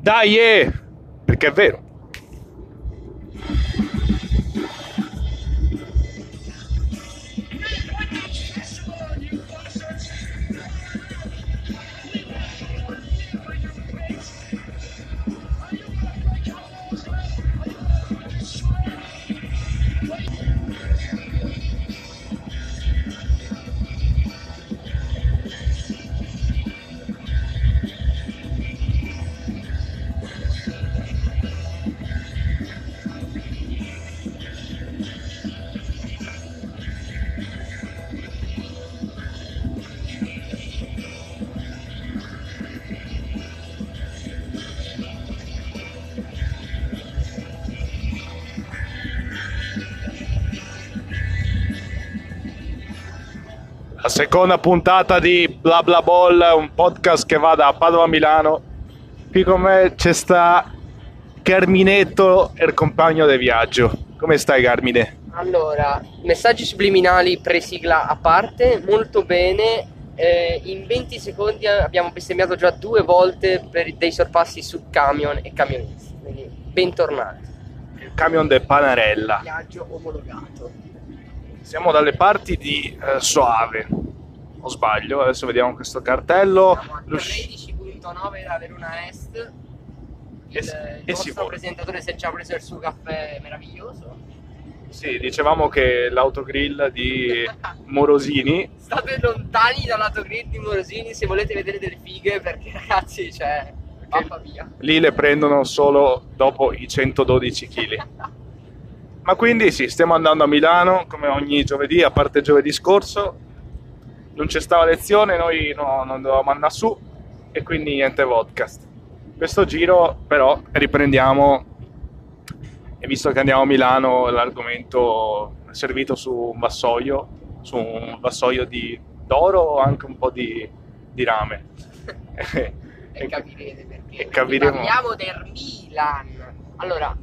Dai, perché è vero. La seconda puntata di Bla Bla Ball, un podcast che va da Padova a Milano. Qui con me c'è sta Carminetto, il compagno di viaggio. Come stai, Carmine? Allora, messaggi subliminali pre-sigla a parte, molto bene. In 20 secondi abbiamo bestemmiato già 2 volte per dei sorpassi su camion e camionisti. Quindi bentornati. Il camion de Panarella. Viaggio omologato. Siamo dalle parti di Soave, o sbaglio? Adesso vediamo questo cartello. Siamo a 13.9 da Verona Est. Il nostro presentatore si è già preso il suo caffè meraviglioso. Sì, dicevamo che l'autogrill di Morosini. State lontani dall'autogrill di Morosini se volete vedere delle fighe, perché ragazzi, cioè, mamma mia. Lì le prendono solo dopo i 112 kg. Ma quindi sì, stiamo andando a Milano come ogni giovedì, a parte giovedì scorso. Non c'è stata lezione, noi non dovevamo andare su e quindi niente podcast. Questo giro però riprendiamo, e visto che andiamo a Milano l'argomento è servito su un vassoio d'oro o anche un po' di rame. E capirete perché. E capiremo. Parliamo del Milan. Allora,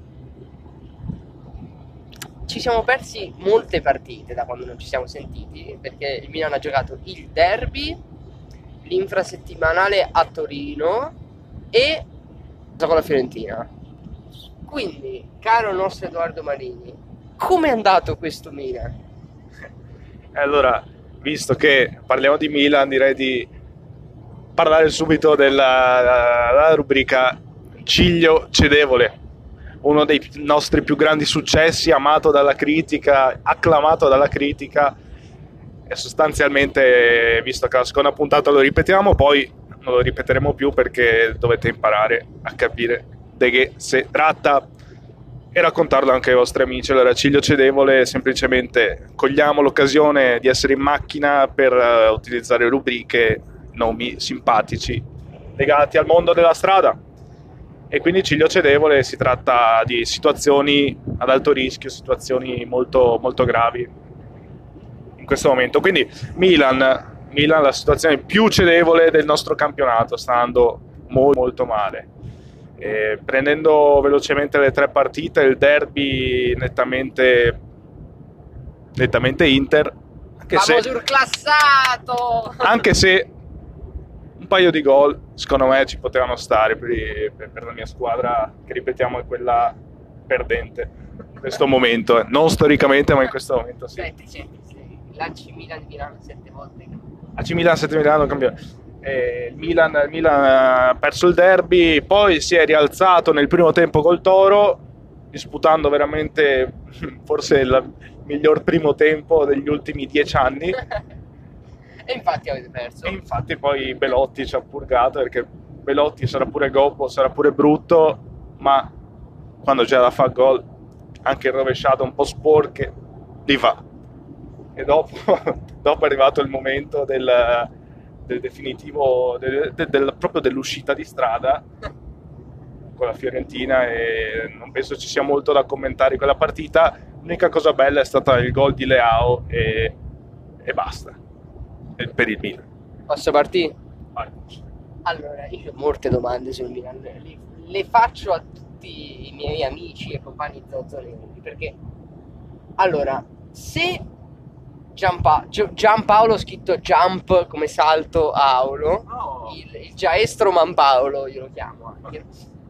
ci siamo persi molte partite da quando non ci siamo sentiti, perché il Milan ha giocato il derby, l'infrasettimanale a Torino e con la Fiorentina. Quindi, caro nostro Edoardo Marini, come è andato questo Milan? Allora, visto che parliamo di Milan, direi di parlare subito della rubrica Ciglio Cedevole, uno dei nostri più grandi successi, amato dalla critica, acclamato dalla critica, e sostanzialmente, visto che la seconda puntata lo ripetiamo, poi non lo ripeteremo più perché dovete imparare a capire di che si tratta e raccontarlo anche ai vostri amici. Allora, Ciglio Cedevole, semplicemente cogliamo l'occasione di essere in macchina per utilizzare rubriche, nomi simpatici legati al mondo della strada. E quindi Ciglio Cedevole si tratta di situazioni ad alto rischio, situazioni molto, molto gravi in questo momento. Quindi Milan, la situazione più cedevole del nostro campionato, sta andando molto, molto male. Prendendo velocemente le 3 partite, il derby nettamente Inter, surclassato! Anche se un paio di gol secondo me ci potevano stare per la mia squadra, che ripetiamo è quella perdente in questo momento, non storicamente ma in questo momento sì. Senti, l'AC Milan 7 volte. AC Milan 7 Milano campione. Il Milan ha perso il derby, poi si è rialzato nel primo tempo col Toro, disputando veramente forse il miglior primo tempo degli ultimi 10 anni. E infatti avete perso. E infatti poi Belotti ci ha purgato, perché Belotti sarà pure gobbo, sarà pure brutto, ma quando c'è da fare gol, anche il rovesciato un po' sporche, li fa. E dopo è arrivato il momento del definitivo, proprio dell'uscita di strada con la Fiorentina, e non penso ci sia molto da commentare in quella partita. L'unica cosa bella è stata il gol di Leao e basta per il Milan. Posso partire? Vai. Allora, io ho molte domande sul Milan, le faccio a tutti i miei amici e compagni zozzolini, perché allora, se Giampaolo, scritto Jump come salto Aulo, il Giaestro Manpaolo io lo chiamo anche,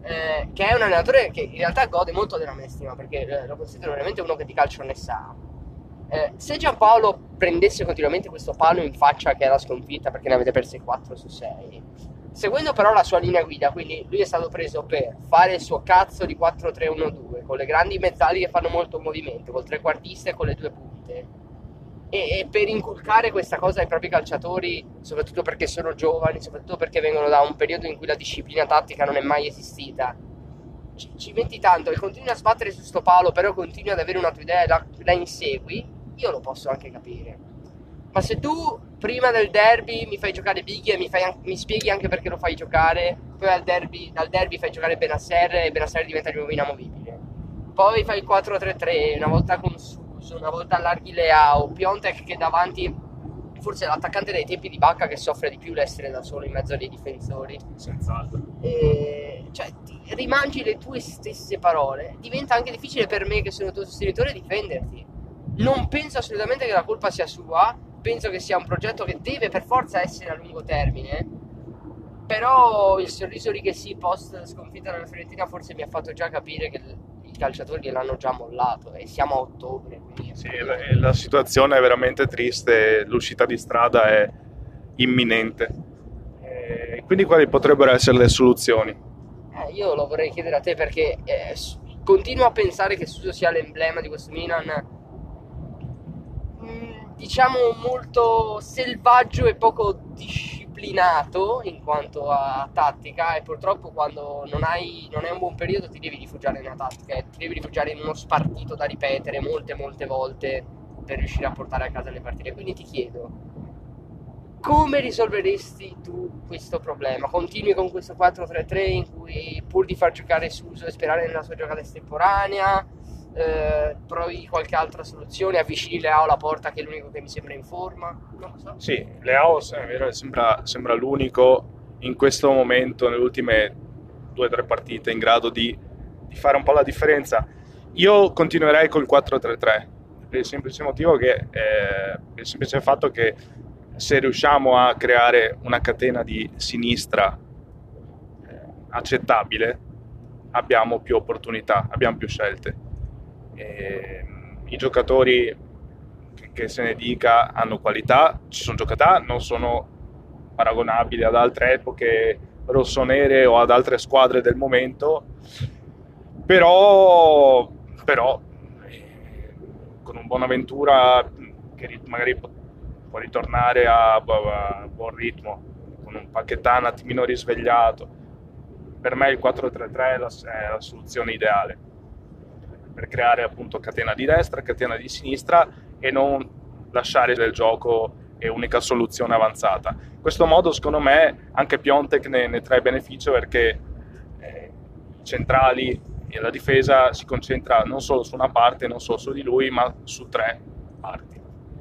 che è un allenatore che in realtà gode molto della mia stima, perché lo considero veramente uno che di calcio ne sa. Se Giampaolo prendesse continuamente questo palo in faccia che è la sconfitta perché ne avete perse 4 su 6, seguendo però la sua linea guida, quindi lui è stato preso per fare il suo cazzo di 4-3-1-2 con le grandi mezzali che fanno molto movimento, col trequartista e con le due punte, e per inculcare questa cosa ai propri calciatori, soprattutto perché sono giovani, soprattutto perché vengono da un periodo in cui la disciplina tattica non è mai esistita, ci metti tanto e continui a sbattere su sto palo, però continui ad avere una tua idea e la insegui, io lo posso anche capire. Ma se tu prima del derby mi fai giocare Bighi e mi spieghi anche perché lo fai giocare, poi dal derby fai giocare Benasser e Benasser diventa di nuovo inamovibile, poi fai il 4-3-3, una volta con Suso, una volta allarghi Leao, Piontek che davanti forse è l'attaccante dei tempi di Bacca che soffre di più l'essere da solo in mezzo ai difensori, Senz'altro. cioè rimangi le tue stesse parole, diventa anche difficile per me che sono tuo sostenitore difenderti. Non penso assolutamente che la colpa sia sua, penso che sia un progetto che deve per forza essere a lungo termine, però il sorriso di che sì post sconfitta della Fiorentina forse mi ha fatto già capire che i calciatori gliel'hanno già mollato e siamo a ottobre, quindi Sì, la situazione è veramente triste, l'uscita di strada è imminente. Quindi quali potrebbero essere le soluzioni? io lo vorrei chiedere a te perché continuo a pensare che Suso sia l'emblema di questo Milan, diciamo molto selvaggio e poco disciplinato in quanto a tattica, e purtroppo quando non è un buon periodo ti devi rifugiare in una tattica e ti devi rifugiare in uno spartito da ripetere molte volte per riuscire a portare a casa le partite. Quindi ti chiedo, come risolveresti tu questo problema? Continui con questo 4-3-3 in cui pur di far giocare Suso e sperare nella sua giocata estemporanea, provi qualche altra soluzione, avvicini Leao alla porta che è l'unico che mi sembra in forma? Non lo so. Sì, Leao è vero, sembra l'unico in questo momento, nelle ultime 2 o 3 partite, in grado di fare un po' la differenza. Io continuerei col 4-3-3 per il semplice motivo che il semplice fatto che se riusciamo a creare una catena di sinistra accettabile, abbiamo più opportunità, abbiamo più scelte. I giocatori che se ne dica hanno qualità, ci sono giocatà, non sono paragonabili ad altre epoche rossonere o ad altre squadre del momento, però con un Bonaventura che magari può ritornare a buon ritmo, con un Paquetá un attimino risvegliato, per me il 4-3-3 è la soluzione ideale per creare appunto catena di destra, catena di sinistra e non lasciare il gioco è unica soluzione avanzata. In questo modo secondo me anche Piontek ne trae beneficio perché i centrali e la difesa si concentra non solo su una parte, non solo su di lui, ma su 3 parti.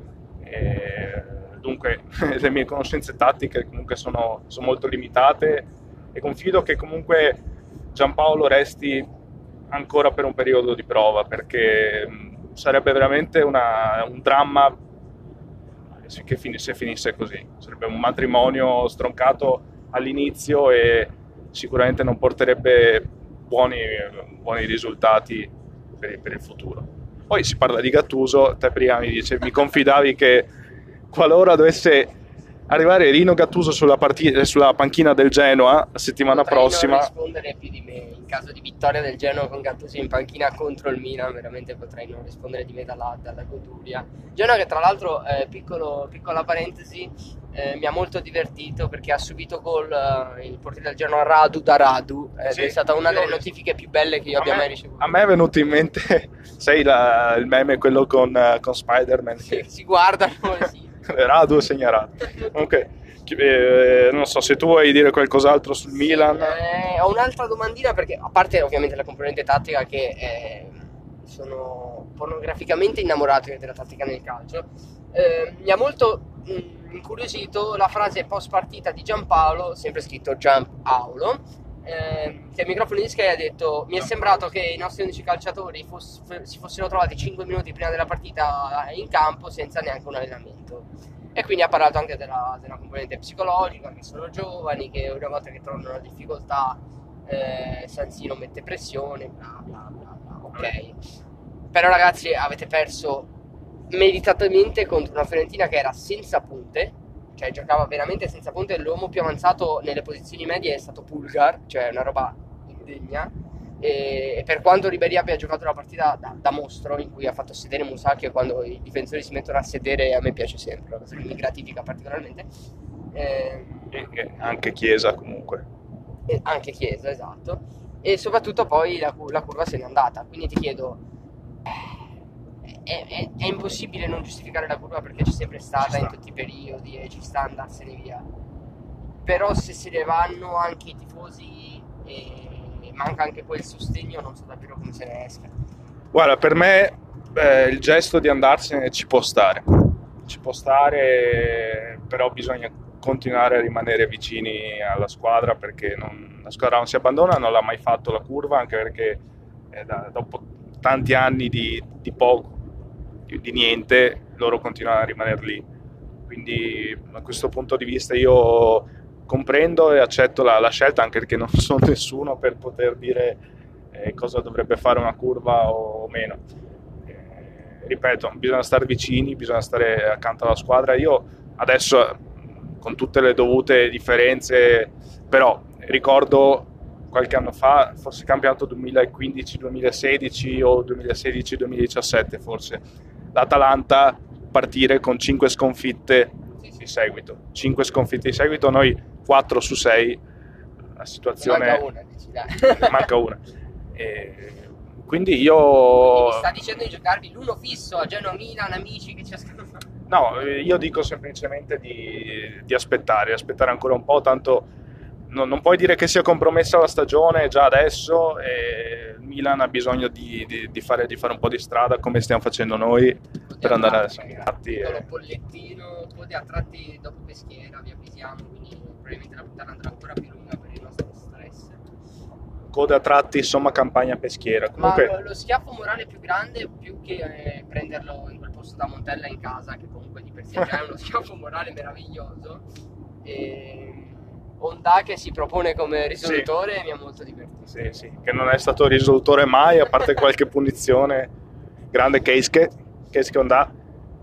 Dunque le mie conoscenze tattiche comunque sono molto limitate e confido che comunque Giampaolo resti ancora per un periodo di prova, perché sarebbe veramente un dramma se finisse così. Sarebbe un matrimonio stroncato all'inizio e sicuramente non porterebbe buoni risultati per il futuro. Poi si parla di Gattuso, te prima mi confidavi che qualora dovesse arrivare Rino Gattuso sulla panchina del Genoa la settimana prossima. Non rispondere più di me in caso di vittoria del Genoa con Gattuso in panchina contro il Milan, veramente potrei non rispondere di me dalla goduria. Genoa che tra l'altro, piccola parentesi, mi ha molto divertito perché ha subito gol il portiere del Genoa Radu da Radu, sì, è stata una delle notifiche più belle che io abbia mai ricevuto. A me è venuto in mente, sai, il meme quello con Spider-Man che si guardano sì. Radu segna Radu. Comunque, non so se tu vuoi dire qualcos'altro sul Milan. Ho un'altra domandina perché, a parte ovviamente la componente tattica che sono pornograficamente innamorato della tattica nel calcio, mi ha molto incuriosito la frase post partita di Giampaolo, sempre scritto Giampaolo, che ai microfoni di Sky ha detto: mi è sembrato che i nostri 11 calciatori si fossero trovati 5 minuti prima della partita in campo senza neanche un allenamento. E quindi ha parlato anche della componente psicologica, che sono giovani, che una volta che trovano una difficoltà Sanzino mette pressione, bla bla bla bla, ok. Però ragazzi, avete perso meritatamente contro una Fiorentina che era senza punte, cioè giocava veramente senza punte. L'uomo più avanzato nelle posizioni medie è stato Pulgar, cioè una roba indegna. E per quanto Ribéry abbia giocato la partita da mostro, in cui ha fatto sedere Musacchio, e quando i difensori si mettono a sedere a me piace sempre, una cosa che mi gratifica particolarmente. E anche Chiesa comunque. E anche Chiesa, esatto. E soprattutto poi la curva se n'è andata. Quindi ti chiedo, è impossibile non giustificare la curva, perché c'è sempre stata in tutti i periodi e ci sta, andarsene via. Però se ne vanno anche i tifosi e manca anche quel sostegno, non so davvero come se ne esca. Guarda, per me il gesto di andarsene ci può stare, però bisogna continuare a rimanere vicini alla squadra, perché la squadra non si abbandona, non l'ha mai fatto la curva, anche perché dopo tanti anni di poco, di niente, loro continuano a rimanere lì. Quindi da questo punto di vista io comprendo e accetto la scelta, anche perché non sono nessuno per poter dire cosa dovrebbe fare una curva o meno. Ripeto, bisogna stare vicini, bisogna stare accanto alla squadra. Io adesso, con tutte le dovute differenze, però ricordo qualche anno fa, forse campionato 2015-2016 o 2016-2017 forse, l'Atalanta partire con 5 sconfitte di seguito. 5 sconfitte di seguito, noi 4 su 6, la situazione... Manca una, dici, dai. Manca una. Quindi io... Mi sta dicendo di giocarvi l'uno fisso a Genoa, Milan, amici che ci ascoltano. No, io dico semplicemente di aspettare ancora un po', tanto non puoi dire che sia compromessa la stagione già adesso, e il Milan ha bisogno di fare un po' di strada, come stiamo facendo noi, per andare a tratti. Bollettino, code a tratti dopo Peschiera, vi avvisiamo, quindi probabilmente la puntata andrà ancora più lunga per il nostro stress. Code a tratti, insomma, campagna Peschiera. Comunque... Ma lo schiaffo morale più grande, più che prenderlo in quel posto da Montella in casa, che comunque di per sé già è uno schiaffo morale meraviglioso, e Honda che si propone come risolutore, sì. Mi ha molto divertito. Sì, che non è stato risolutore mai, a parte qualche punizione. Grande Keisuke Honda.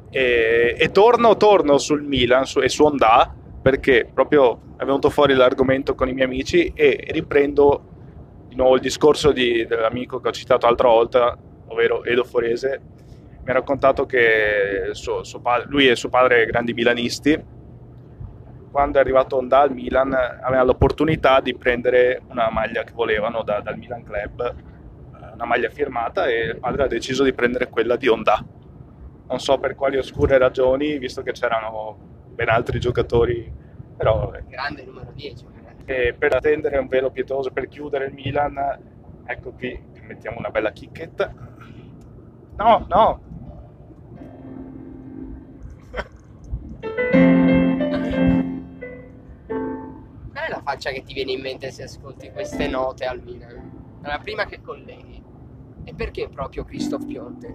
E torno sul Milan e su Honda, perché proprio è venuto fuori l'argomento con i miei amici, e riprendo di nuovo il discorso dell'amico che ho citato l'altra volta, ovvero Edo Forese. Mi ha raccontato che lui e suo padre, grandi milanisti, quando è arrivato Honda al Milan aveva l'opportunità di prendere una maglia che volevano dal Milan Club, una maglia firmata, e il padre ha deciso di prendere quella di Honda. Non so per quali oscure ragioni, visto che c'erano ben altri giocatori, però... Grande numero 10. E per attendere un velo pietoso, per chiudere il Milan, ecco qui, mettiamo una bella chicchetta. No! Qual è la faccia che ti viene in mente se ascolti queste note al Milan? È la prima che colleghi. E perché proprio Christoph Piontek?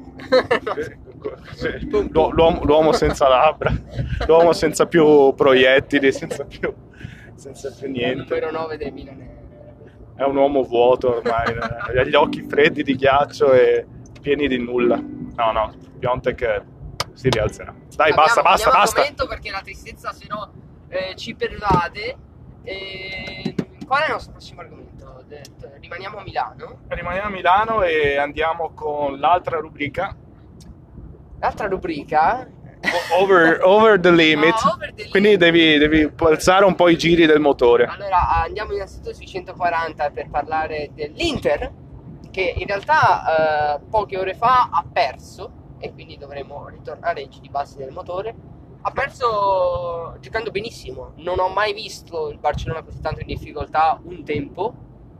L'uomo senza labbra, l'uomo senza più proiettili, senza più niente. Il numero 9 del Milan è un uomo vuoto ormai, ha gli occhi freddi di ghiaccio e pieni di nulla. No, Piontek si rialzerà. Dai, basta. Momento, perché la tristezza se no ci pervade. Qual è il nostro prossimo argomento? Rimaniamo a Milano? Rimaniamo a Milano e andiamo con l'altra rubrica. L'altra rubrica? Over the limit. Quindi devi alzare un po' i giri del motore. Allora andiamo innanzitutto sui 140 per parlare dell'Inter, che in realtà poche ore fa ha perso, e quindi dovremo ritornare ai giri bassi del motore. Ha perso giocando benissimo. Non ho mai visto il Barcellona così tanto in difficoltà un tempo,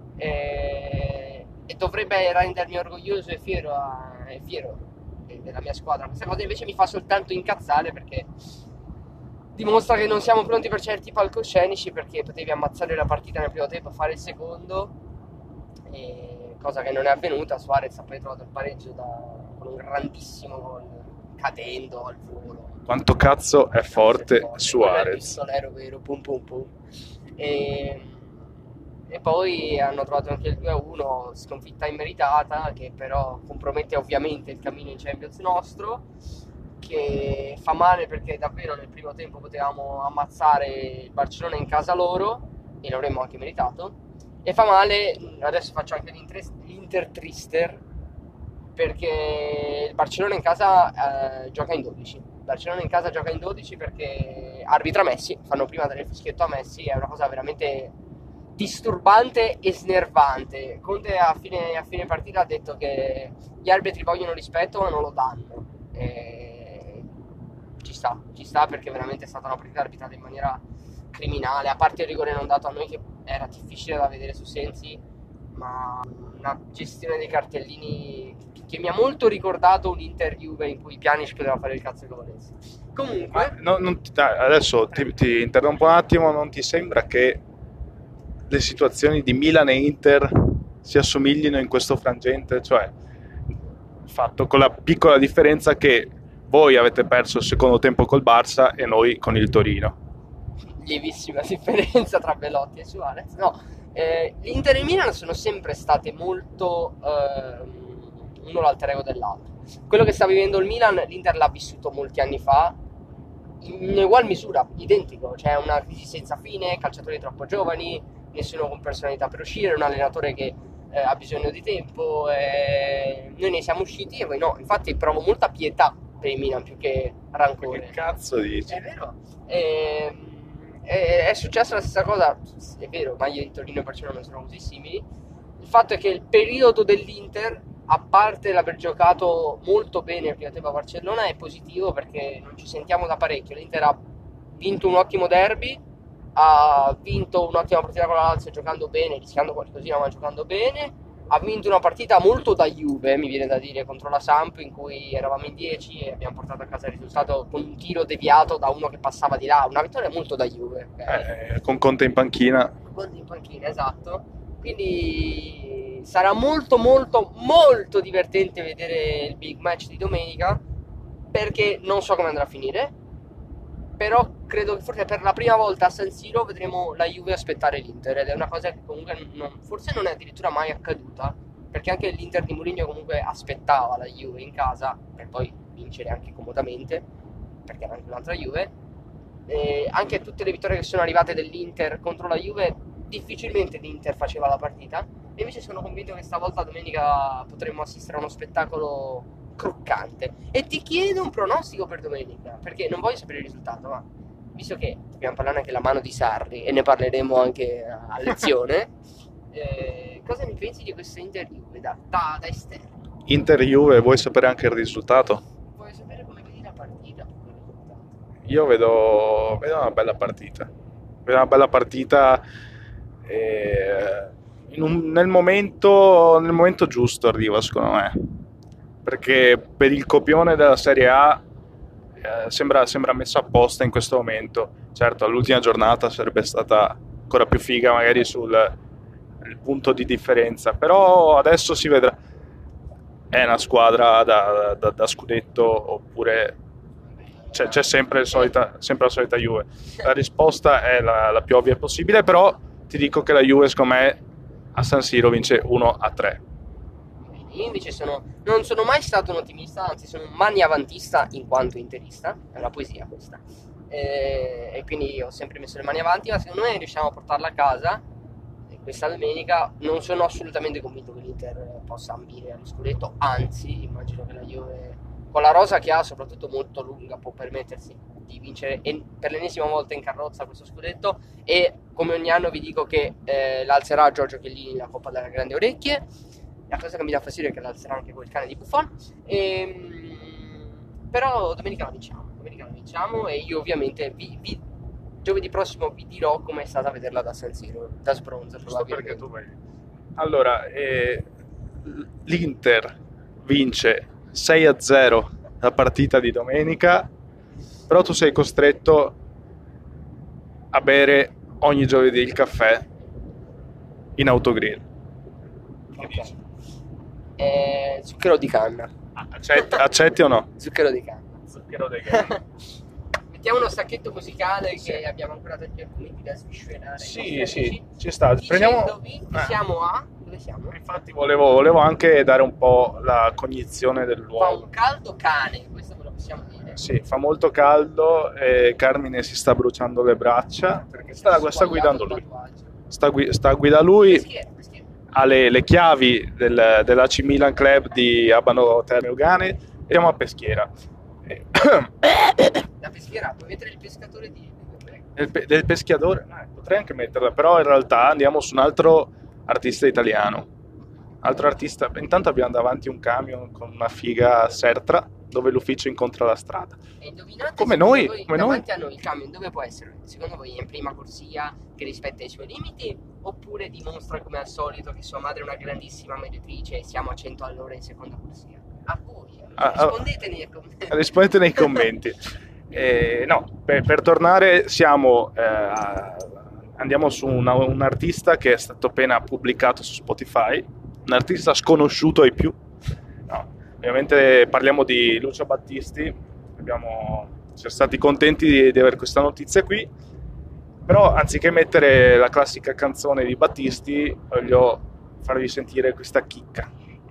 e dovrebbe rendermi orgoglioso e fiero della mia squadra. Questa cosa invece mi fa soltanto incazzare, perché dimostra che non siamo pronti per certi palcoscenici, perché potevi ammazzare la partita nel primo tempo, fare il secondo, cosa che non è avvenuta. Suarez ha poi trovato il pareggio con un grandissimo gol, cadendo al volo. Quanto cazzo è forte Suarez. Il pistolero vero, pum pum pum. E E poi hanno trovato anche il 2-1, sconfitta immeritata, che però compromette ovviamente il cammino in Champions nostro, che fa male perché davvero nel primo tempo potevamo ammazzare il Barcellona in casa loro e l'avremmo anche meritato. E fa male, adesso faccio anche l'Inter trister, perché il Barcellona in casa gioca in 12. Il Barcellona in casa gioca in 12 perché arbitra Messi, fanno prima dare il fischietto a Messi, è una cosa veramente disturbante e snervante. Conte a fine partita ha detto che gli arbitri vogliono rispetto ma non lo danno. Ci sta perché veramente è stata una partita arbitrata in maniera criminale, a parte il rigore non dato a noi che era difficile da vedere su Sensi, ma una gestione dei cartellini che mi ha molto ricordato un Inter Juve in cui Pjanic poteva fare il cazzo che volesse. Comunque adesso ti interrompo un attimo, non ti sembra che le situazioni di Milan e Inter si assomiglino in questo frangente? Cioè, fatto con la piccola differenza che voi avete perso il secondo tempo col Barça e noi con il Torino. Lievissima differenza tra Belotti e Suarez. No, l'Inter e il Milan sono sempre state molto uno l'alter ego dell'altro. Quello che sta vivendo il Milan, l'Inter l'ha vissuto molti anni fa in ugual misura, identico. C'è una crisi senza fine, calciatori troppo giovani, nessuno con personalità per uscire, un allenatore che ha bisogno di tempo. Noi ne siamo usciti e voi no. Infatti provo molta pietà per il Milan più che rancore. Che cazzo dici? È vero. È successa la stessa cosa, è vero, ma io di Torino e Barcellona non sono così simili. Il fatto è che il periodo dell'Inter, a parte l'aver giocato molto bene il primo tempo a Barcellona, è positivo perché non ci sentiamo da parecchio. L'Inter ha vinto un ottimo derby, ha vinto un'ottima partita con la Lazio giocando bene, rischiando qualcosina ma giocando bene. Ha vinto una partita molto da Juve, mi viene da dire, contro la Samp, in cui eravamo in 10 e abbiamo portato a casa il risultato con un tiro deviato da uno che passava di là. Una vittoria molto da Juve, okay? Con Conte in panchina. Conte in panchina, esatto. Quindi sarà molto molto molto divertente vedere il big match di domenica, perché non so come andrà a finire, però credo che forse per la prima volta a San Siro vedremo la Juve aspettare l'Inter, ed è una cosa che comunque forse non è addirittura mai accaduta, perché anche l'Inter di Mourinho comunque aspettava la Juve in casa per poi vincere anche comodamente, perché era anche un'altra Juve. E anche tutte le vittorie che sono arrivate dell'Inter contro la Juve, difficilmente l'Inter faceva la partita, e invece sono convinto che stavolta domenica potremmo assistere a uno spettacolo croccante. E ti chiedo un pronostico per domenica, perché non voglio sapere il risultato, ma visto che dobbiamo parlare anche della mano di Sarri e ne parleremo anche a lezione, cosa ne pensi di questo Inter Juve da esterno? Inter Juve, vuoi sapere anche il risultato? Vuoi sapere come vedi la partita? Io vedo una bella partita. Vedo una bella partita nel momento giusto arriva, secondo me. Perché per il copione della Serie A sembra messa apposta in questo momento. Certo, l'ultima giornata sarebbe stata ancora più figa, magari sul il punto di differenza, però adesso si vedrà. È una squadra da scudetto, oppure c'è sempre la solita Juve. La risposta è la più ovvia possibile, però ti dico che la Juve, secondo me, a San Siro vince 1-3. Io invece non sono mai stato un ottimista, anzi sono un maniavantista in quanto interista, è una poesia questa, e quindi ho sempre messo le mani avanti, ma secondo me riusciamo a portarla a casa questa domenica. Non sono assolutamente convinto che l'Inter possa ambire allo scudetto, anzi immagino che la Juve, con la rosa che ha, soprattutto molto lunga, può permettersi di vincere per l'ennesima volta in carrozza questo scudetto, e come ogni anno vi dico che l'alzerà Giorgio Chiellini la Coppa delle Grandi Orecchie. La cosa che mi dà fastidio è che l'alzerà anche quel cane di Buffon, però domenica la vinciamo, e io ovviamente giovedì prossimo vi dirò com'è stata vederla da San Siro, da sbronzo probabilmente. Perché tu vai. Allora, l'Inter vince 6-0 la partita di domenica, però tu sei costretto a bere ogni giovedì il caffè in autogrill. Che dici? Zucchero di canna. Accetti o no? Zucchero di canna. Zucchero di canna. Mettiamo uno stacchetto musicale che abbiamo ancora tanti argomenti da sviscerare. Sì, ci sta. Dicendovi che siamo a... Dove siamo? Infatti volevo anche dare un po' la cognizione del Fa luogo. un caldo cane, questo ve lo possiamo dire. Sì, fa molto caldo e Carmine si sta bruciando le braccia perché sta guidando lui. Sta guida lui. Peschiera. Ha le chiavi dell'AC Milan Club di Abano Terme Euganei e andiamo a Peschiera. La peschiera, puoi mettere il pescatore di... Del peschiatore? Potrei anche metterla, però in realtà andiamo su un altro artista italiano. Altro artista. Intanto abbiamo davanti un camion con una figa Sertra dove l'ufficio incontra la strada. E indovinate, come noi, davanti a noi il camion dove può essere? Secondo voi è in prima corsia che rispetta i suoi limiti, oppure dimostra come al solito che sua madre è una grandissima mediatrice e siamo a 100 all'ora in seconda corsia? A voi, rispondete nei commenti. Rispondete nei commenti. No, per tornare andiamo su un artista che è stato appena pubblicato su Spotify, un artista sconosciuto ai più. No, ovviamente parliamo di Lucio Battisti, siamo stati contenti di avere questa notizia qui, però anziché mettere la classica canzone di Battisti voglio farvi sentire questa chicca.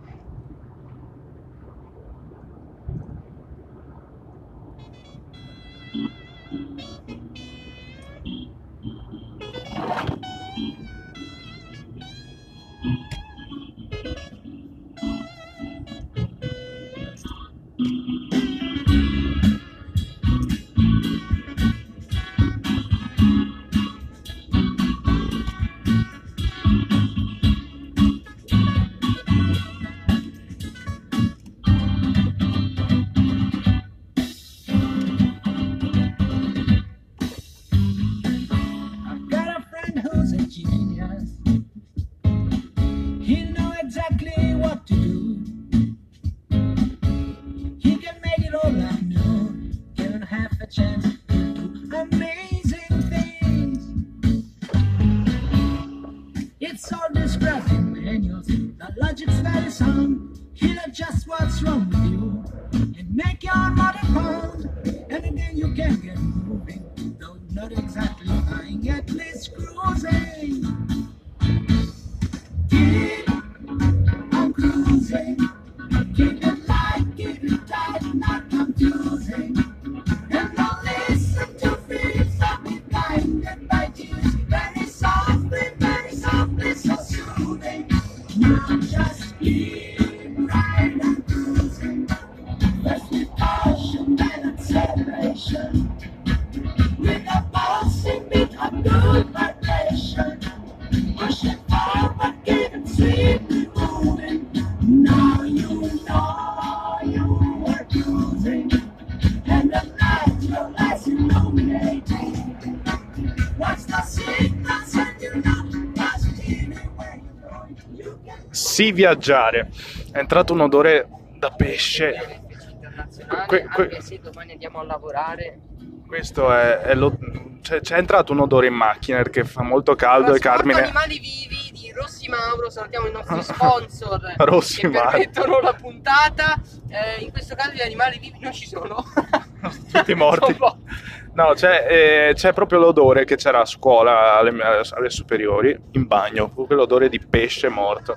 Sì, viaggiare. È entrato un odore da pesce. Anche se domani andiamo a lavorare. Questo c'è entrato un odore in macchina perché fa molto caldo e Carmine... Animali vivi di Rossi Mauro, salutiamo i nostri sponsor Rossi che Mauro permettono la puntata. In questo caso gli animali vivi non ci sono. Tutti morti. No, c'è proprio l'odore che c'era a scuola alle superiori, in bagno, quell'odore di pesce morto.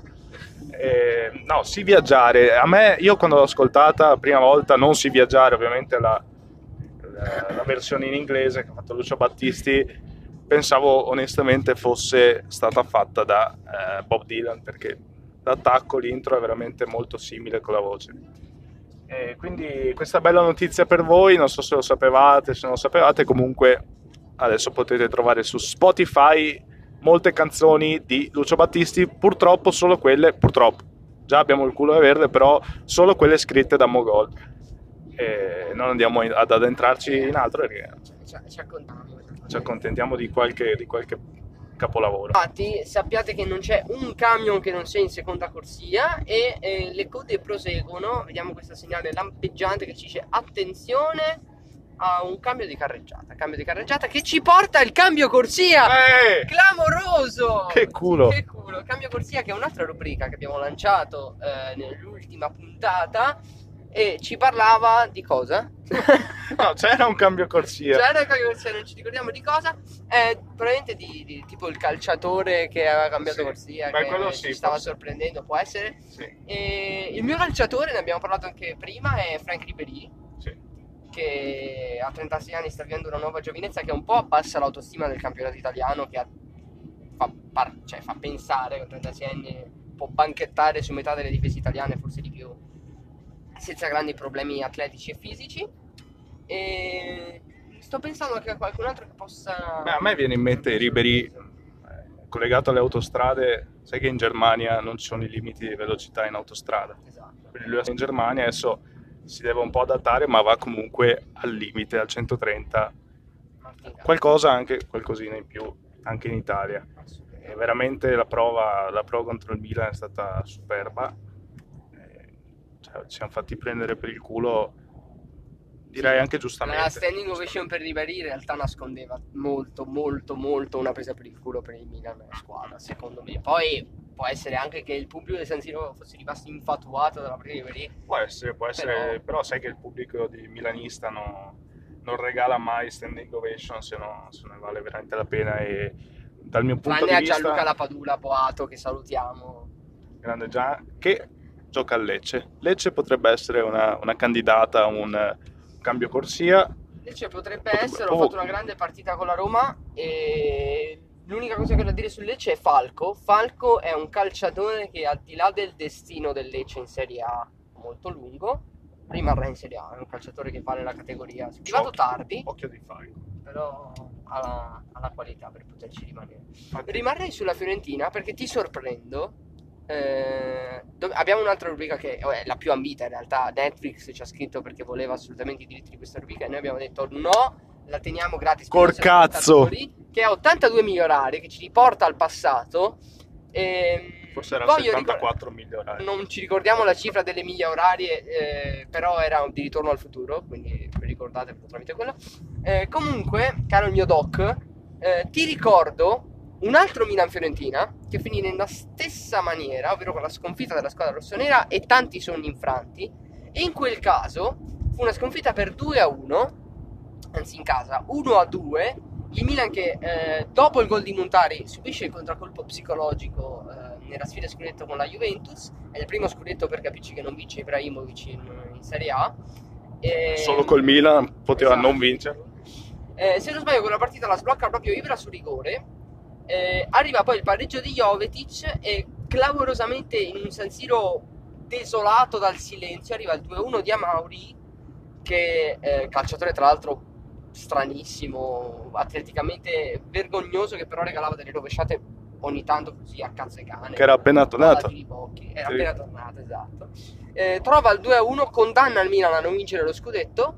No, sì viaggiare. A me, io quando l'ho ascoltata la prima volta, non sì viaggiare, ovviamente la versione in inglese che ha fatto Lucio Battisti, pensavo onestamente fosse stata fatta da Bob Dylan, perché l'attacco, l'intro è veramente molto simile con la voce. E quindi questa bella notizia per voi, non so se lo sapevate, se non lo sapevate, comunque adesso potete trovare su Spotify molte canzoni di Lucio Battisti, purtroppo solo quelle, già abbiamo il culo verde, però solo quelle scritte da Mogol. E non andiamo ad addentrarci in altro perché ci accontentiamo di qualche capolavoro. Infatti sappiate che non c'è un camion che non sia in seconda corsia e le code proseguono. Vediamo questo segnale lampeggiante che ci dice attenzione a un cambio di carreggiata che ci porta il cambio corsia. Clamoroso, che culo. Cambio corsia, che è un'altra rubrica che abbiamo lanciato nell'ultima puntata. e ci parlava di cosa? No, c'era un cambio corsia. C'era un cambio corsia, non ci ricordiamo di cosa. Probabilmente di tipo il calciatore che aveva cambiato corsia, Beh, che quello ci sì, stava forse. sorprendendo, può essere. Sì, E il mio calciatore, ne abbiamo parlato anche prima, è Franck Ribéry, sì. che a 36 anni sta vivendo una nuova giovinezza che un po' abbassa l'autostima del campionato italiano, che fa pensare che a 36 anni può banchettare su metà delle difese italiane, forse di più, senza grandi problemi atletici e fisici. E sto pensando anche a qualcun altro che possa... Beh, a me viene in mente Ribéry collegato alle autostrade. Sai che in Germania non ci sono i limiti di velocità in autostrada. Esatto. Quindi lui è in Germania, adesso si deve un po' adattare, ma va comunque al limite, al 130. Martin Garrix. Qualcosina in più anche in Italia. E veramente la prova contro il Milan è stata superba. Ci hanno fatti prendere per il culo, direi anche giustamente. La standing ovation per Ribéry in realtà nascondeva molto una presa per il culo per il Milan nella squadra, secondo me. Poi può essere anche che il pubblico di San Siro fosse rimasto infatuato dalla presa di Ribéry. Può essere, però sai che il pubblico di milanista non regala mai standing ovation se ne vale veramente la pena. E dal mio punto Tranne di a vista, Gianluca Lapadula, Boato, che salutiamo. grande già, che gioca a Lecce. Lecce potrebbe essere una candidata a un cambio corsia. Lecce potrebbe essere, ho fatto una grande partita con la Roma e l'unica cosa che ho da dire sul Lecce è Falco. Falco è un calciatore che, al di là del destino del Lecce in Serie A molto lungo, rimarrà in Serie A. È un calciatore che vale la categoria. È arrivato tardi, Occhio di Falco. però ha la qualità per poterci rimanere. Infatti, Rimarrei sulla Fiorentina perché ti sorprendo. Abbiamo un'altra rubrica che è la più ambita in realtà. Netflix ci ha scritto perché voleva assolutamente i diritti di questa rubrica e noi abbiamo detto no, la teniamo gratis per i nostri cazzo! ascoltatori, che ha 82 milioni, che ci riporta al passato. forse era Voglio 74 milioni. Non ci ricordiamo la cifra delle miglia orarie, però era di Ritorno al futuro, quindi vi ricordate tramite quello. Comunque, caro il mio doc, ti ricordo un altro Milan-Fiorentina che finì nella stessa maniera, ovvero con la sconfitta della squadra rossonera e tanti sogni infranti. E in quel caso fu una sconfitta per 2-1, anzi in casa 1-2. Il Milan che dopo il gol di Montari subisce il contraccolpo psicologico nella sfida scudetto con la Juventus. È il primo scudetto per Capisci che non vince Ibrahimovic in Serie A. Solo col Milan poteva Esatto. non vincere. Se non sbaglio quella partita la sblocca proprio Ibra su rigore. Arriva poi il pareggio di Jovetic e clamorosamente in un San Siro desolato dal silenzio arriva il 2-1 di Amauri, che calciatore tra l'altro stranissimo, atleticamente vergognoso, che però regalava delle rovesciate ogni tanto così a cazzo e cane, Che era appena tornato. Era appena tornato, esatto. Trova il 2-1, condanna il Milan a non vincere lo scudetto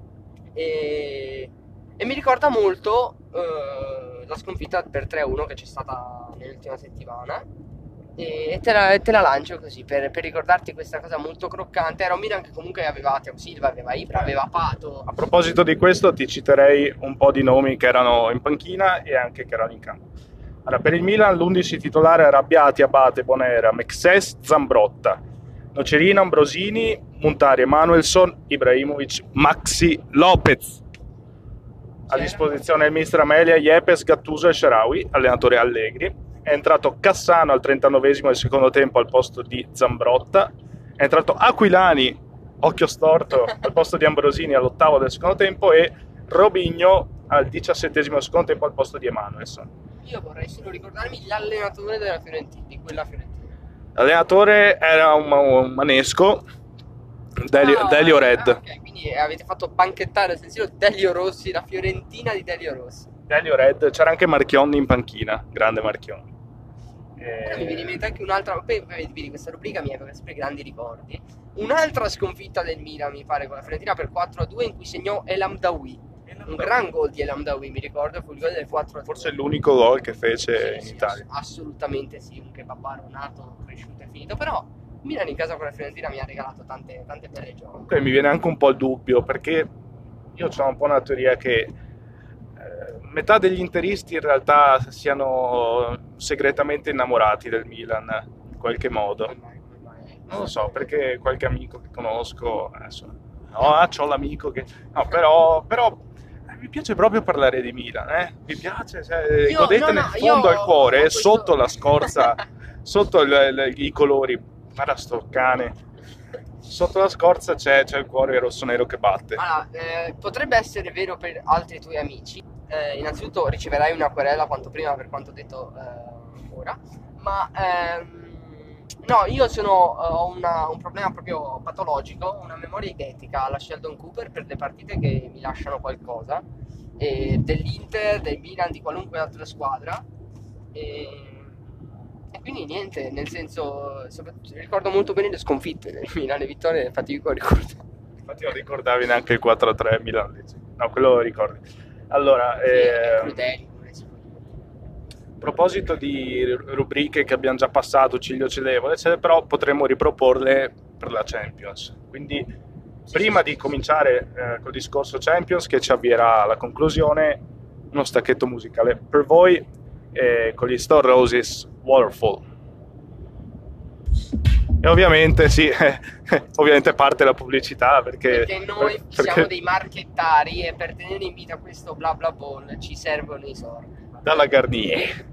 e mi ricorda molto la sconfitta per 3-1 che c'è stata nell'ultima settimana. E te la lancio così per ricordarti questa cosa molto croccante. Era un Milan che comunque aveva Thiago Silva, aveva Ibra, aveva Pato. A proposito di questo, ti citerei un po' di nomi che erano in panchina e anche che erano in campo. Allora, per il Milan l'11 titolare era Abbiati, Abate, Bonera, Mexes, Zambrotta, Nocerino, Ambrosini, Montari, Emanuelson, Ibrahimovic, Maxi, Lopez. A disposizione il mister Amelia, Yepes, Gattuso e Sharawi, allenatore Allegri. È entrato Cassano al 39esimo del secondo tempo al posto di Zambrotta. È entrato Aquilani, occhio storto, al posto di Ambrosini all'8° del secondo tempo. E Robinho al 17esimo del secondo tempo al posto di Emanuelson. Io vorrei solo ricordarmi l'allenatore della Fiorentina, di quella Fiorentina. L'allenatore era un manesco, Delio Red. Ok, quindi avete fatto banchettare nel senso Delio Rossi, la Fiorentina di Delio Rossi. Delio Red, c'era anche Marchionni in panchina, grande Marchionni. Ora mi viene in mente anche un'altra, vedi, questa rubrica mi evoca sempre grandi ricordi. Un'altra sconfitta del Milan, mi pare, con la Fiorentina per 4-2 in cui segnò El Amdaoui. Un gran gol di El Amdaoui, mi ricordo, fu il gol del 4-2. Forse è l'unico gol che fece Sì, in Italia. Assolutamente sì, un kebabaro nato, cresciuto e finito, però Milan in casa con la Fiorentina mi ha regalato tante belle gioche. Comunque mi viene anche un po' il dubbio, perché io ho un po' una teoria che metà degli interisti in realtà siano segretamente innamorati del Milan in qualche modo. Non lo so, perché qualche amico che conosco, adesso, no, c'ho l'amico che... No, però mi piace proprio parlare di Milan, eh? Mi piace, cioè, godete nel fondo al cuore, questo... sotto la scorza, sotto i colori, guarda sto cane, sotto la scorza c'è il cuore rosso-nero che batte. Allora, potrebbe essere vero per altri tuoi amici. Innanzitutto riceverai una querela quanto prima per quanto detto ora, ma no, io ho un problema proprio patologico, una memoria identica alla Sheldon Cooper per le partite che mi lasciano qualcosa, dell'Inter, del Milan, di qualunque altra squadra, e quindi niente, nel senso, ricordo molto bene le sconfitte del Milan, le vittorie, infatti io ricordo. Infatti non ricordavi neanche il 4-3 Milan, no, quello lo ricordi. Allora, Crudeli, a proposito di rubriche che abbiamo già passato, ciglio cedevole, eccetera, però potremmo riproporle per la Champions. Quindi, prima di cominciare col discorso Champions, che ci avvierà alla conclusione, uno stacchetto musicale per voi con gli Stone Roses, Waterfall. E ovviamente sì, ovviamente parte la pubblicità perché noi siamo dei marchettari e per tenere in vita questo bla bla ball ci servono i soldi. Dalla Garnier.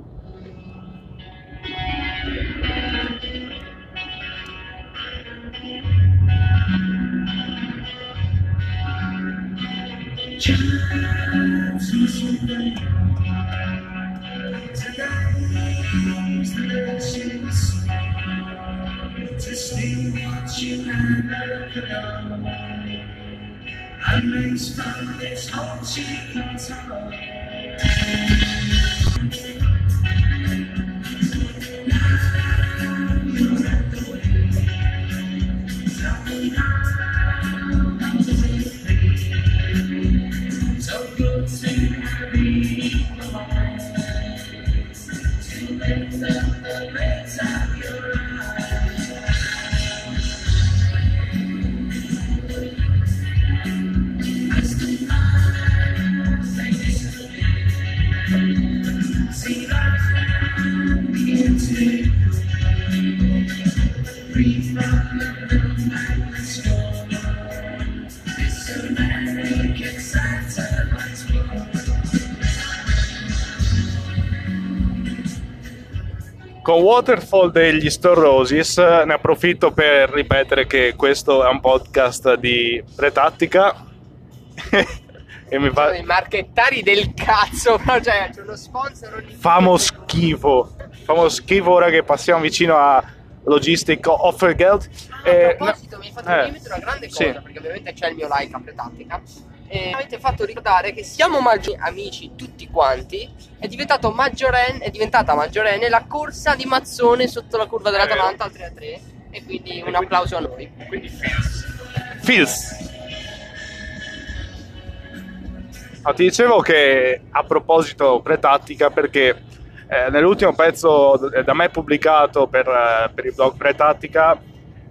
Con Waterfall degli Stone Roses ne approfitto per ripetere che questo è un podcast di Pretattica e mi fa... i marchettari del cazzo, cioè c'è uno sponsor. Famo schifo ora che passiamo vicino a Logistic Offergeld. A proposito, mi hai fatto venire in mente una grande cosa, sì. perché ovviamente c'è il mio like a Pretattica e mi avete fatto ricordare che siamo amici tutti quanti. È diventata maggiorenne la corsa di Mazzone sotto la curva dell'Atalanta al 3-3 e quindi un applauso a noi. Quindi Fils. Ti dicevo che a proposito Pretattica, perché nell'ultimo pezzo da me pubblicato per il blog Pretattica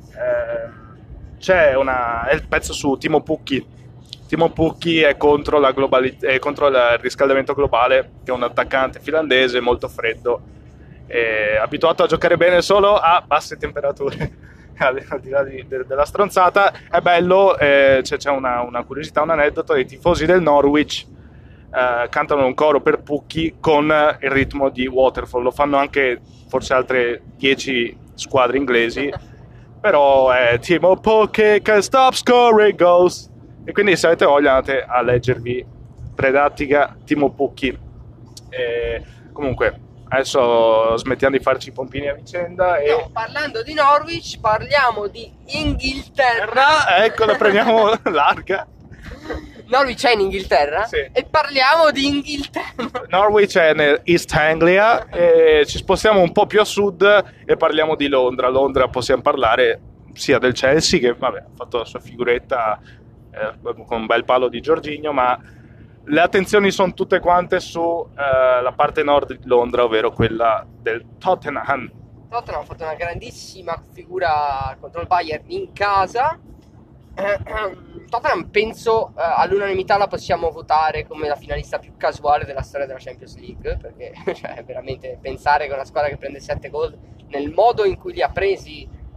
è il pezzo su Timo Pukki. Timo Pukki è contro contro il riscaldamento globale, che è un attaccante finlandese molto freddo, abituato a giocare bene solo a basse temperature. Al di là della stronzata, è bello, c'è una curiosità, un aneddoto: i tifosi del Norwich cantano un coro per Pukki con il ritmo di Waterfall. Lo fanno anche forse altre 10 squadre inglesi, però è Timo Pukki can stop scoring goals. E quindi se avete voglia andate a leggervi Pretattica Timo Pukki. Comunque adesso smettiamo di farci i pompini a vicenda e... No, parlando di Norwich parliamo di Inghilterra. Ecco, la prendiamo larga. Norwich è in Inghilterra? Sì. E parliamo di Inghilterra. Norwich è nel East Anglia e ci spostiamo un po' più a sud e parliamo di Londra. Londra possiamo parlare sia del Chelsea, che vabbè, ha fatto la sua figuretta con un bel palo di Jorginho, ma le attenzioni sono tutte quante su la parte nord di Londra, ovvero quella del Tottenham. Tottenham ha fatto una grandissima figura contro il Bayern in casa. Tottenham penso all'unanimità la possiamo votare come la finalista più casuale della storia della Champions League, perché cioè, veramente pensare che una squadra che prende 7 gol nel modo in cui li ha presi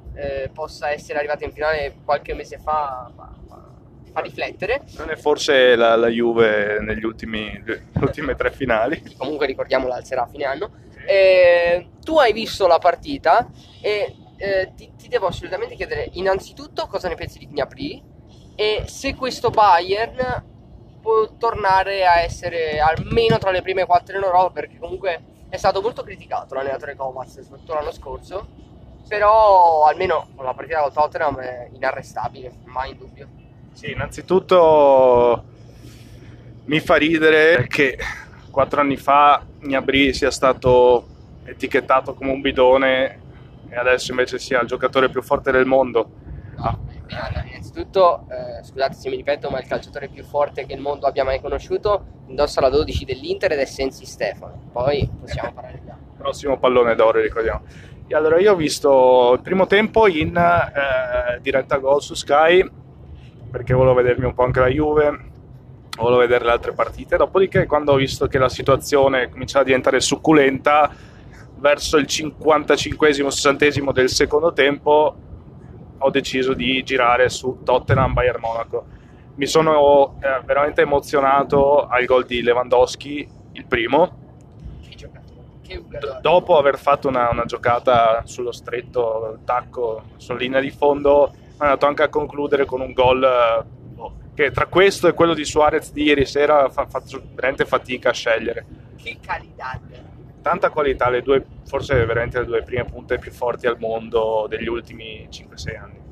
possa essere arrivata in finale qualche mese fa fa riflettere. Non è forse la Juve negli ultime 3 finali? Comunque ricordiamo l'alzerà a fine anno. Tu hai visto la partita e ti devo assolutamente chiedere innanzitutto cosa ne pensi di Gnabry e se questo Bayern può tornare a essere almeno tra le prime 4 in Europa, perché comunque è stato molto criticato l'allenatore Kovac soprattutto l'anno scorso, però almeno con la partita col Tottenham è inarrestabile, mai in dubbio. Sì, innanzitutto mi fa ridere che 4 anni fa Gnabry sia stato etichettato come un bidone e adesso invece sia il giocatore più forte del mondo. Allora, innanzitutto, scusate se mi ripeto, ma il calciatore più forte che il mondo abbia mai conosciuto indossa la 12 dell'Inter ed è Sensi Stefano. Poi possiamo parlare di altro. Prossimo pallone d'oro, ricordiamo. E allora io ho visto il primo tempo in diretta gol su Sky, perché volevo vedermi un po' anche la Juve, volevo vedere le altre partite. Dopodiché, quando ho visto che la situazione cominciava a diventare succulenta, verso il 55esimo-60esimo del secondo tempo, ho deciso di girare su Tottenham-Bayern Monaco. Mi sono veramente emozionato al gol di Lewandowski, il primo. Che giocatore, che giocatore. Dopo aver fatto una giocata sullo stretto, tacco, sulla linea di fondo, è andato anche a concludere con un gol che tra questo e quello di Suarez di ieri sera faccio veramente fatica a scegliere. Che qualità! Tanta qualità, forse veramente le 2 prime punte più forti al mondo degli ultimi 5-6 anni.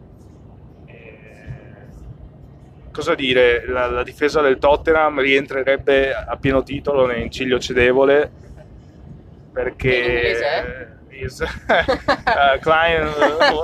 Cosa dire, la difesa del Tottenham rientrerebbe a pieno titolo in ciglio cedevole, perché Klein.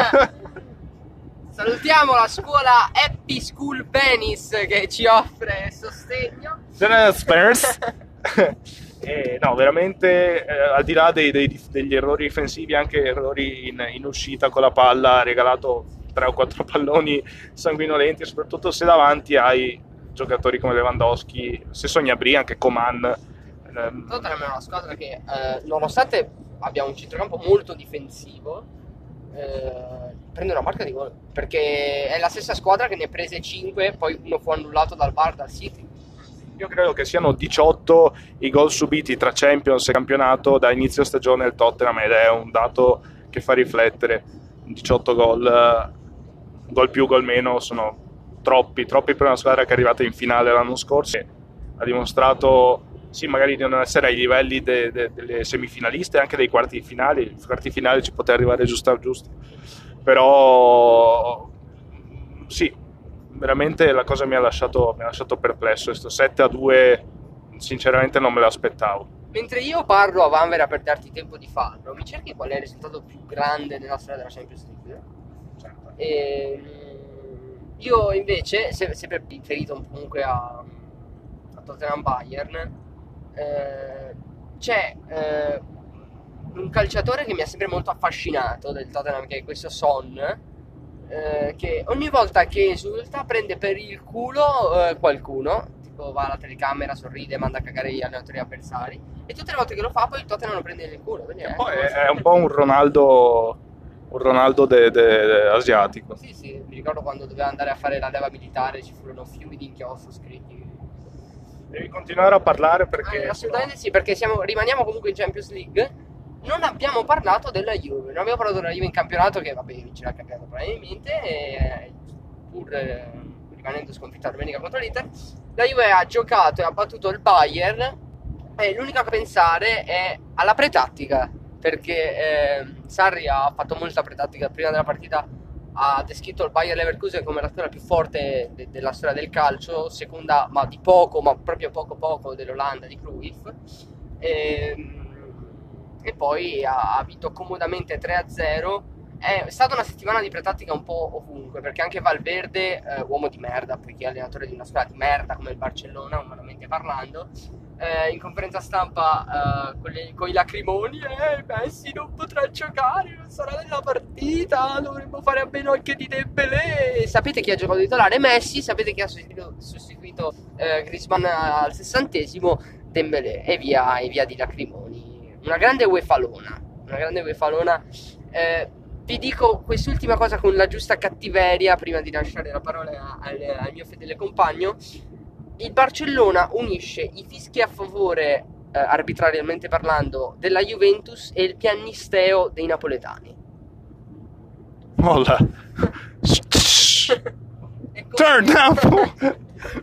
Salutiamo la scuola Happy School Venice che ci offre sostegno. Spurs. No, veramente al di là degli errori difensivi, anche errori in uscita con la palla, ha regalato 3 o 4 palloni sanguinolenti, soprattutto se davanti hai giocatori come Lewandowski, stesso Gnabry, anche Coman. Tottenham è una squadra che nonostante abbia un centrocampo molto difensivo prende una marca di gol, perché è la stessa squadra che ne prese 5, poi uno fu annullato dal VAR dal City. Io credo che siano 18 i gol subiti tra Champions e campionato da inizio stagione del Tottenham, ed è un dato che fa riflettere. 18 gol più, gol meno, sono troppi per una squadra che è arrivata in finale l'anno scorso e ha dimostrato, sì, magari di non essere ai livelli delle semifinaliste e anche dei quarti finali. I quarti finali ci poteva arrivare giusto, però sì, veramente la cosa mi ha lasciato perplesso. Questo 7-2 sinceramente non me l'aspettavo. Mentre io parlo a Vanvera per darti tempo di farlo, mi cerchi qual è il risultato più grande nella storia della Champions League? Certo. Io invece, sempre riferito comunque a Tottenham Bayern, c'è un calciatore che mi ha sempre molto affascinato del Tottenham, che è questo Son, che ogni volta che esulta prende per il culo qualcuno, tipo va alla telecamera, sorride, manda a cagare gli allenatori avversari, e tutte le volte che lo fa poi il Tottenham lo prende nel culo. Poi è un po' un Ronaldo asiatico. Sì, mi ricordo quando doveva andare a fare la leva militare, ci furono fiumi di inchiostro scritti. Devi continuare a parlare perché assolutamente sì, perché rimaniamo comunque in Champions League. Non abbiamo parlato della Juve, non abbiamo parlato della Juve in campionato, che vabbè vincerà il campionato probabilmente, pur rimanendo sconfitta domenica contro l'Inter. La Juve ha giocato e ha battuto il Bayern, e l'unica da pensare è alla pretattica, perché Sarri ha fatto molta pretattica prima della partita. Ha descritto il Bayer Leverkusen come la squadra più forte della storia del calcio, seconda ma di poco, ma proprio poco dell'Olanda di Cruyff, e poi ha vinto comodamente 3-0. È stata una settimana di pretattica un po' ovunque, perché anche Valverde, uomo di merda, poiché è allenatore di una squadra di merda come il Barcellona, umanamente parlando, in conferenza stampa con i lacrimoni, Messi non potrà giocare, non sarà nella partita, dovremmo fare a meno anche di Dembélé. Sapete chi ha giocato titolare? Messi. Sapete chi ha sostituito Griezmann al 60esimo? Dembélé. E via di lacrimoni. Una grande uefalona. vi dico quest'ultima cosa con la giusta cattiveria prima di lasciare la parola al mio fedele compagno. Il Barcellona unisce i fischi a favore, arbitrariamente parlando, della Juventus e il piagnisteo dei napoletani. Molla. Turn down.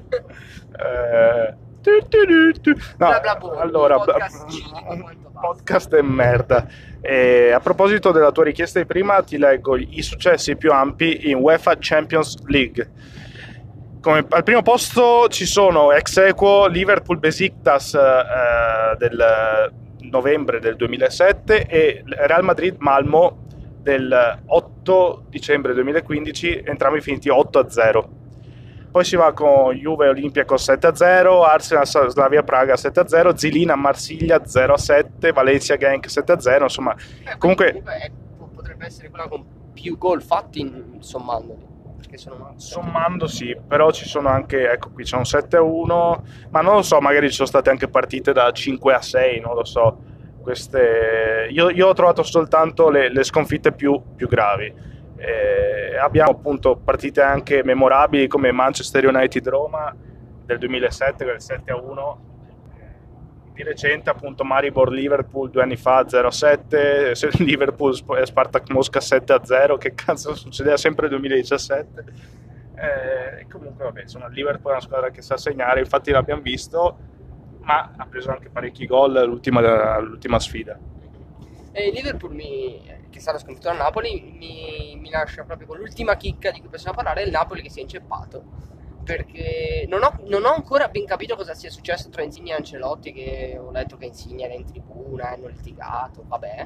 No, Bla bla boh, allora, podcast cinico quanto basta. podcast è merda. A proposito della tua richiesta di prima, ti leggo i successi più ampi in UEFA Champions League. Al primo posto ci sono ex aequo Liverpool Besiktas del novembre del 2007 e Real Madrid Malmo del 8 dicembre 2015, entrambi finiti 8-0. Poi si va con Juve Olympiacos 7-0, Arsenal Slavia Praga 7-0, Zilina Marsiglia 0-7, Valencia Genk 7-0, insomma, comunque potrebbe essere quella con più gol fatti sommandoli, perché sommando sì, però ci sono anche, ecco qui c'è un 7-1, ma non lo so, magari ci sono state anche partite da 5-6, non lo so. Io ho trovato soltanto le sconfitte più gravi. Abbiamo appunto partite anche memorabili come Manchester United Roma del 2007 con il 7-1, di recente appunto Maribor Liverpool 2 anni fa 0-7, Liverpool Spartak Mosca 7-0, che cazzo succedeva sempre nel 2017. Comunque vabbè, insomma, Liverpool è una squadra che sa segnare, infatti l'abbiamo visto, ma ha preso anche parecchi gol l'ultima sfida. E Liverpool, che sarà sconfitto da Napoli, mi lascia proprio con l'ultima chicca di cui possiamo parlare, il Napoli che si è inceppato, perché non ho ancora ben capito cosa sia successo tra Insigne e Ancelotti, che ho letto che Insigne era in tribuna, hanno litigato, vabbè,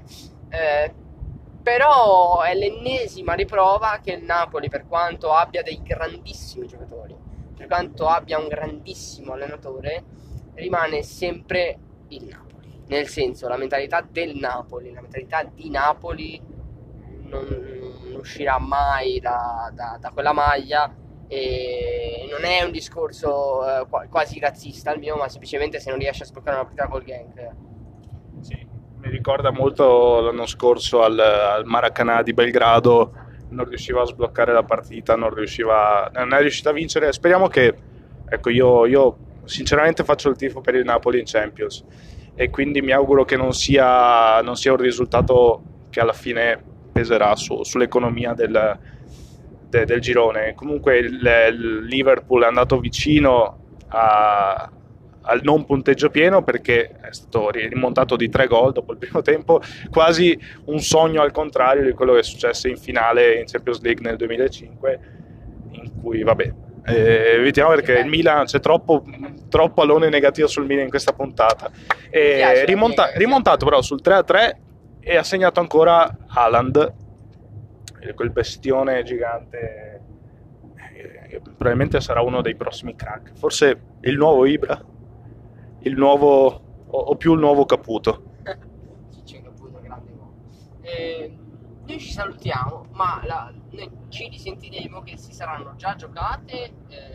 però è l'ennesima riprova che il Napoli, per quanto abbia dei grandissimi giocatori, per quanto abbia un grandissimo allenatore, rimane sempre il Napoli. Nel senso, la mentalità del Napoli, la mentalità di Napoli non uscirà mai da quella maglia, e non è un discorso quasi razzista il mio, ma semplicemente se non riesce a sbloccare una partita col Genk. Sì, mi ricorda molto l'anno scorso al Maracanã di Belgrado, non riusciva a sbloccare la partita, non è riuscita a vincere. Speriamo che, ecco, io sinceramente faccio il tifo per il Napoli in Champions, e quindi mi auguro che non sia un risultato che alla fine peserà sull'economia del girone. Comunque il Liverpool è andato vicino al non punteggio pieno, perché è stato rimontato di 3 gol dopo il primo tempo, quasi un sogno al contrario di quello che è successo in finale in Champions League nel 2005, in cui vabbè, vediamo, perché il Milan, c'è troppo alone negativo sul Milan in questa puntata. Rimontato però sul 3-3 e ha segnato ancora Haaland, quel bestione gigante, probabilmente sarà uno dei prossimi crack, forse il nuovo Ibra, il nuovo o più il nuovo Caputo. C'è Caputo, grande uomo. Noi ci salutiamo, ma noi ci risentiremo che si saranno già giocate.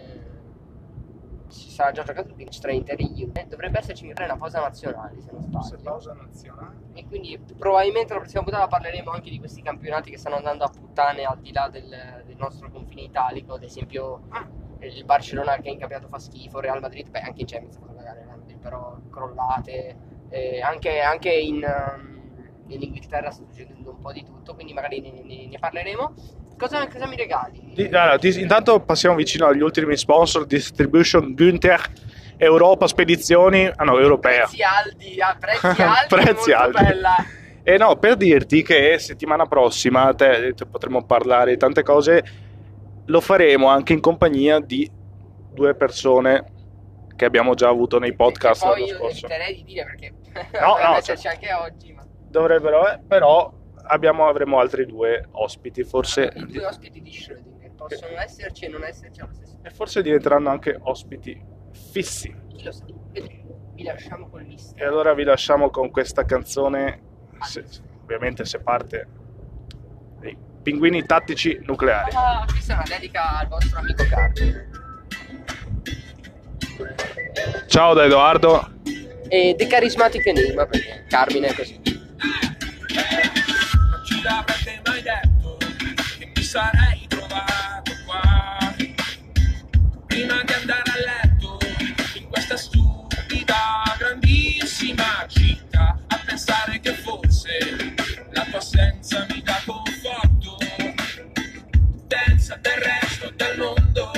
Si sarà già giocato il match tra Inter e Juve. Dovrebbe esserci una pausa nazionale, se non sbaglio. Pausa nazionale. E quindi probabilmente la prossima puntata parleremo anche di questi campionati che stanno andando a puttane al di là del nostro confine italico. Ad esempio il Barcellona, che in campionato fa schifo, Real Madrid, beh, anche in Champions fa cagare, però crollate, anche in Inghilterra sta succedendo un po' di tutto, quindi magari ne parleremo. Cosa mi regali? Intanto passiamo vicino agli ultimi sponsor: Distribution Günther, Europa Spedizioni, europea. Prezzi alti, bella. E no, per dirti che settimana prossima potremo parlare di tante cose, lo faremo anche in compagnia di 2 persone che abbiamo già avuto nei podcast l'anno scorso. Poi io eviterei di dire, perché no, esserci anche oggi, ma dovrebbero, però avremo altri 2 ospiti, forse. I 2 ospiti di Schrödinger possono esserci e non esserci allo stesso tempo. E forse diventeranno anche ospiti fissi. Chi lo sa? Vi lasciamo col mistero. E allora vi lasciamo con questa canzone, ovviamente se parte dei Pinguini Tattici Nucleari. Questa è una dedica al vostro amico Carmine. Ciao da Edoardo. E The Charismatic Enigma, perché Carmine è così. Non ci l'avrete mai detto. sarei trovato qua prima di andare a letto in questa stupida grandissima città, a pensare che forse la tua assenza mi dà conforto, pensa del resto del mondo.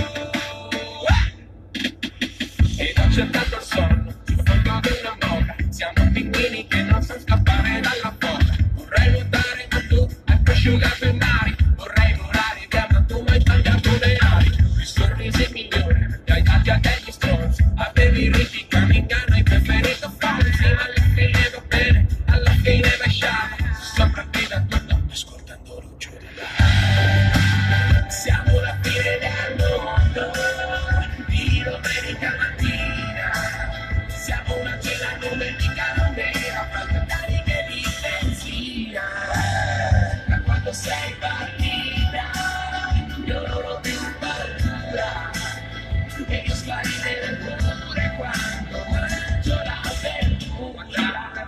Ed ho cercato il sonno sul fondo di una moda, siamo pinguini che non sanno scappare dalla foda. Vorrei nuotare ma tu hai prosciugato i mari, vorrei volare via ma tu mi hai tagliato le ali. I sorrisi migliori li hai dati a degli stronzi, avevi ripiccato in inganno, hai preferito falsi, ma alla fine va bene, alla fine vai sciame, sopra